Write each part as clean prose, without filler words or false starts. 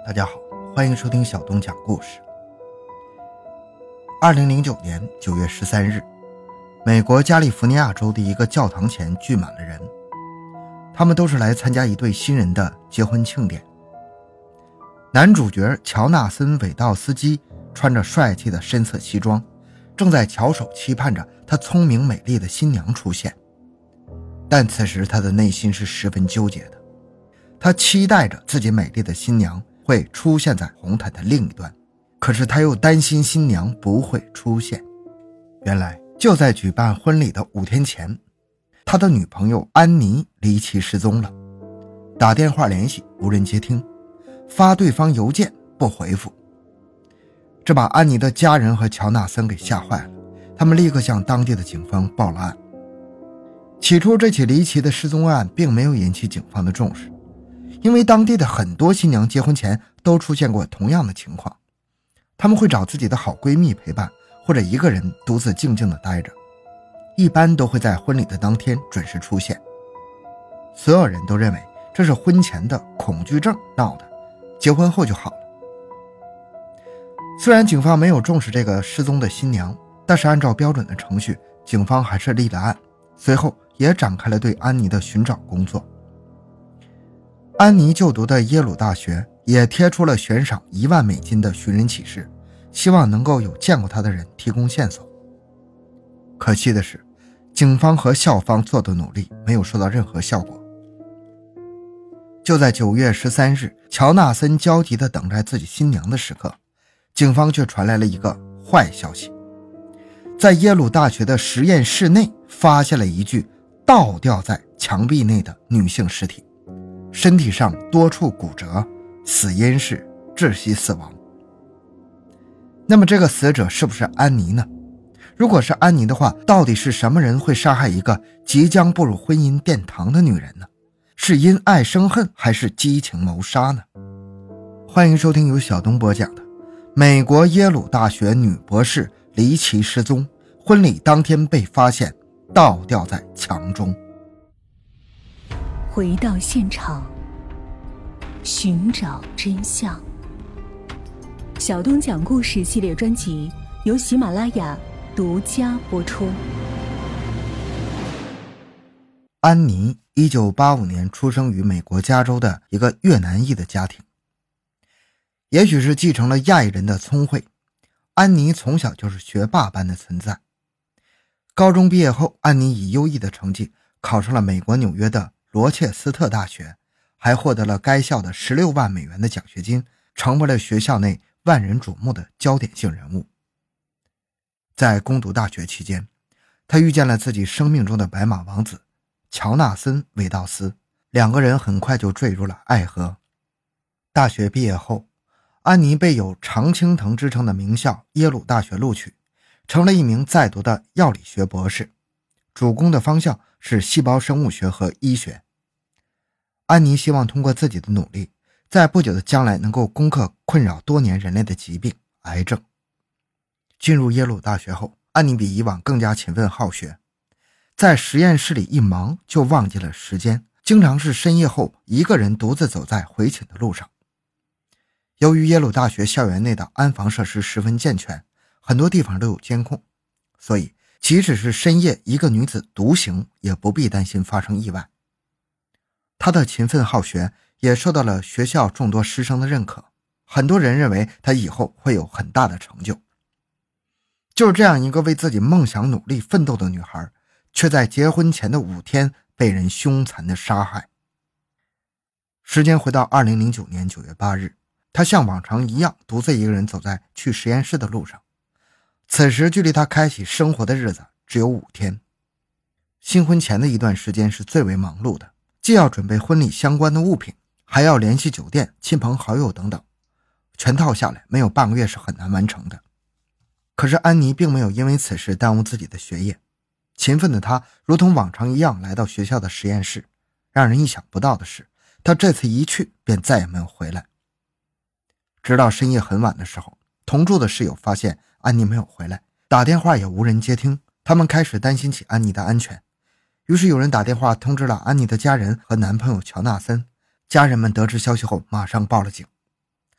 大家好，欢迎收听小东讲故事。2009年9月13日，美国加利福尼亚州的一个教堂前聚满了人，他们都是来参加一对新人的结婚庆典。男主角乔纳森·韦道斯基穿着帅气的深色西装，正在翘首期盼着他聪明美丽的新娘出现，但此时他的内心是十分纠结的。他期待着自己美丽的新娘会出现在红毯的另一端，可是他又担心新娘不会出现。原来就在举办婚礼的5天前，他的女朋友安妮离奇失踪了，打电话联系无人接听，发对方邮件不回复。这把安妮的家人和乔纳森给吓坏了，他们立刻向当地的警方报了案。起初这起离奇的失踪案并没有引起警方的重视，因为当地的很多新娘结婚前都出现过同样的情况，她们会找自己的好闺蜜陪伴，或者一个人独自静静地待着，一般都会在婚礼的当天准时出现。所有人都认为这是婚前的恐惧症闹的，结婚后就好了。虽然警方没有重视这个失踪的新娘，但是按照标准的程序，警方还是立了案，随后也展开了对安妮的寻找工作。安妮就读的耶鲁大学也贴出了悬赏1万美金的寻人启事，希望能够有见过她的人提供线索。可惜的是，警方和校方做的努力没有收到任何效果。就在9月13日，乔纳森焦急地等待自己新娘的时刻，警方却传来了一个坏消息。在耶鲁大学的实验室内发现了一具倒吊在墙壁内的女性尸体，身体上多处骨折，死因是窒息死亡。那么这个死者是不是安妮呢？如果是安妮的话，到底是什么人会杀害一个即将步入婚姻殿堂的女人呢？是因爱生恨还是激情谋杀呢？欢迎收听由小东播讲的美国耶鲁大学女博士离奇失踪，婚礼当天被发现倒吊在墙中。 回到现场，寻找真相。小东讲故事系列专辑由喜马拉雅独家播出。 安妮1985年出生于美国加州的一个越南裔的家庭。也许是继承了亚裔人的聪慧，安妮从小就是学霸般的存在。高中毕业后，安妮以优异的成绩考上了美国纽约的罗切斯特大学，还获得了该校的16万美元的奖学金，成为了学校内万人瞩目的焦点性人物。在攻读大学期间，他遇见了自己生命中的白马王子乔纳森·韦道斯，两个人很快就坠入了爱河。大学毕业后，安妮被有常青藤之称的名校耶鲁大学录取，成了一名在读的药理学博士，主攻的方向是细胞生物学和医学。安妮希望通过自己的努力，在不久的将来能够攻克困扰多年人类的疾病——癌症。进入耶鲁大学后，安妮比以往更加勤奋好学，在实验室里一忙就忘记了时间，经常是深夜后一个人独自走在回寝的路上。由于耶鲁大学校园内的安防设施十分健全，很多地方都有监控，所以即使是深夜一个女子独行，也不必担心发生意外。她的勤奋好学也受到了学校众多师生的认可，很多人认为她以后会有很大的成就。就是这样一个为自己梦想努力奋斗的女孩，却在结婚前的5天被人凶残的杀害。时间回到2009年9月8日，她像往常一样独自一个人走在去实验室的路上。此时距离她开启生活的日子只有5天。新婚前的一段时间是最为忙碌的，既要准备婚礼相关的物品，还要联系酒店、亲朋好友等等，全套下来没有半个月是很难完成的。可是安妮并没有因为此事耽误自己的学业，勤奋的她如同往常一样来到学校的实验室。让人意想不到的是，她这次一去便再也没有回来。直到深夜很晚的时候，同住的室友发现安妮没有回来，打电话也无人接听，他们开始担心起安妮的安全。于是有人打电话通知了安妮的家人和男朋友乔纳森，家人们得知消息后马上报了警。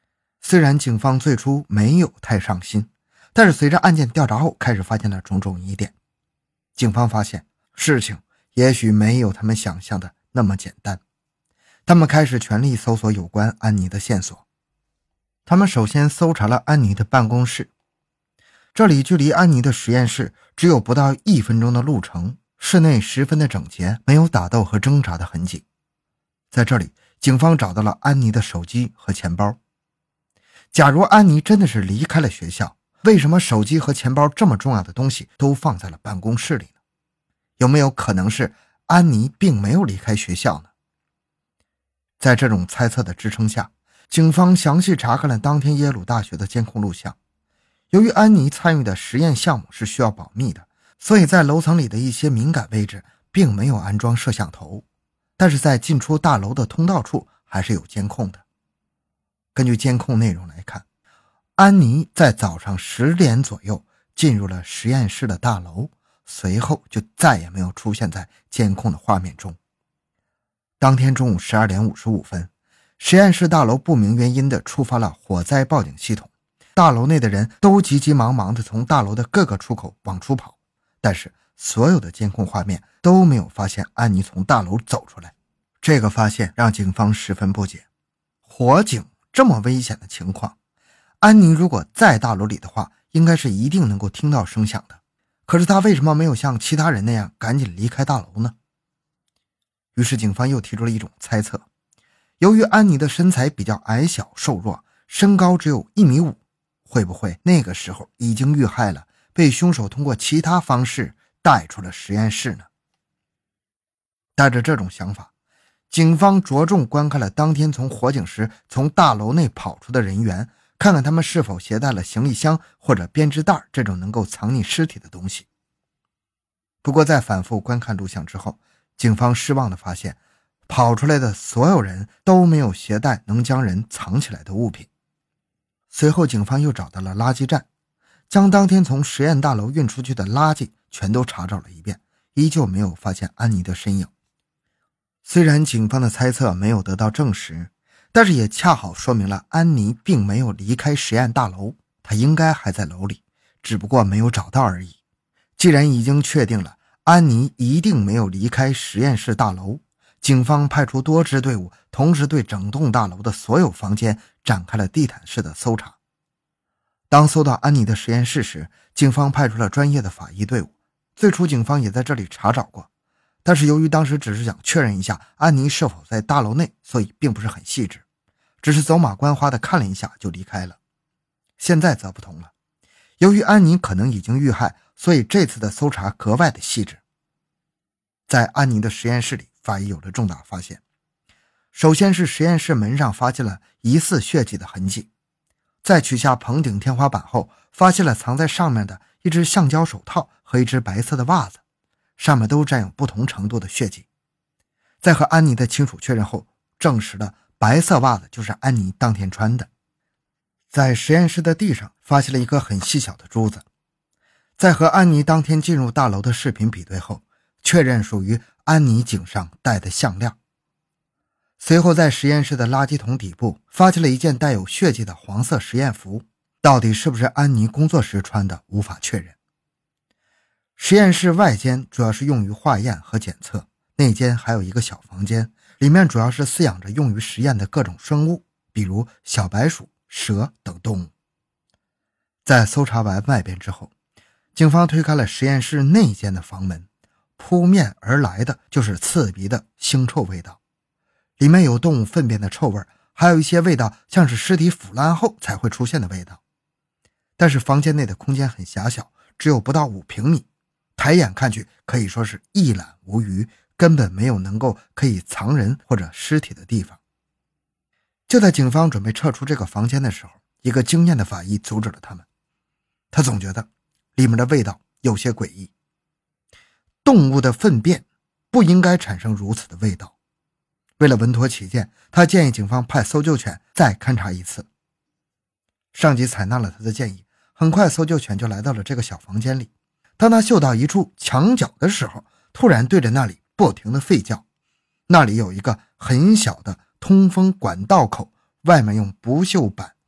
虽然警方最初没有太上心，但是随着案件调查后，开始发现了种种疑点。警方发现事情也许没有他们想象的那么简单。他们开始全力搜索有关安妮的线索。他们首先搜查了安妮的办公室，这里距离安妮的实验室只有不到1分钟的路程，室内十分的整洁，没有打斗和挣扎的痕迹。在这里，警方找到了安妮的手机和钱包。假如安妮真的是离开了学校，为什么手机和钱包这么重要的东西都放在了办公室里呢？有没有可能是安妮并没有离开学校呢？在这种猜测的支撑下，警方详细查看了当天耶鲁大学的监控录像。由于安妮参与的实验项目是需要保密的，所以在楼层里的一些敏感位置并没有安装摄像头，但是在进出大楼的通道处还是有监控的。根据监控内容来看，安妮在早上10点左右进入了实验室的大楼，随后就再也没有出现在监控的画面中。当天中午12点55分，实验室大楼不明原因地触发了火灾报警系统，大楼内的人都急急忙忙地从大楼的各个出口往出跑，但是所有的监控画面都没有发现安妮从大楼走出来。这个发现让警方十分不解，火警这么危险的情况，安妮如果在大楼里的话，应该是一定能够听到声响的，可是她为什么没有像其他人那样赶紧离开大楼呢？于是警方又提出了一种猜测，由于安妮的身材比较矮小瘦弱，身高只有1.5米，会不会那个时候已经遇害了，被凶手通过其他方式带出了实验室呢？带着这种想法，警方着重观看了当天从火警时从大楼内跑出的人员，看看他们是否携带了行李箱或者编织袋这种能够藏匿尸体的东西。不过在反复观看录像之后，警方失望地发现，跑出来的所有人都没有携带能将人藏起来的物品。随后警方又找到了垃圾站，将当天从实验大楼运出去的垃圾全都查找了一遍，依旧没有发现安妮的身影。虽然警方的猜测没有得到证实，但是也恰好说明了安妮并没有离开实验大楼，她应该还在楼里，只不过没有找到而已。既然已经确定了安妮一定没有离开实验室大楼，警方派出多支队伍，同时对整栋大楼的所有房间展开了地毯式的搜查。当搜到安妮的实验室时，警方派出了专业的法医队伍。最初警方也在这里查找过，但是由于当时只是想确认一下安妮是否在大楼内，所以并不是很细致，只是走马观花地看了一下就离开了。现在则不同了，由于安妮可能已经遇害，所以这次的搜查格外的细致。在安妮的实验室里，法医有了重大发现。首先是实验室门上发现了疑似血迹的痕迹，在取下棚顶天花板后，发现了藏在上面的一只橡胶手套和一只白色的袜子，上面都沾有不同程度的血迹。在和安妮的亲属确认后，证实了白色袜子就是安妮当天穿的。在实验室的地上发现了一颗很细小的珠子，在和安妮当天进入大楼的视频比对后，确认属于安妮颈上戴的项链。随后在实验室的垃圾桶底部发现了一件带有血迹的黄色实验服，到底是不是安妮工作时穿的无法确认。实验室外间主要是用于化验和检测，内间还有一个小房间，里面主要是饲养着用于实验的各种生物，比如小白鼠、蛇等动物。在搜查完外边之后，警方推开了实验室内间的房门，扑面而来的就是刺鼻的腥臭味道，里面有动物粪便的臭味，还有一些味道像是尸体腐烂后才会出现的味道。但是房间内的空间很狭小，只有不到5平米，抬眼看去可以说是一览无余，根本没有能够可以藏人或者尸体的地方。就在警方准备撤出这个房间的时候，一个经验的法医阻止了他们。他总觉得里面的味道有些诡异，动物的粪便不应该产生如此的味道。为了稳妥起见，他建议警方派搜救犬再勘察一次。上级采纳了他的建议，很快搜救犬就来到了这个小房间里。当他嗅到一处墙角的时候，突然对着那里不停地吠叫。那里有一个很小的通风管道口，外面用不锈板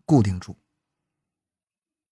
固定住。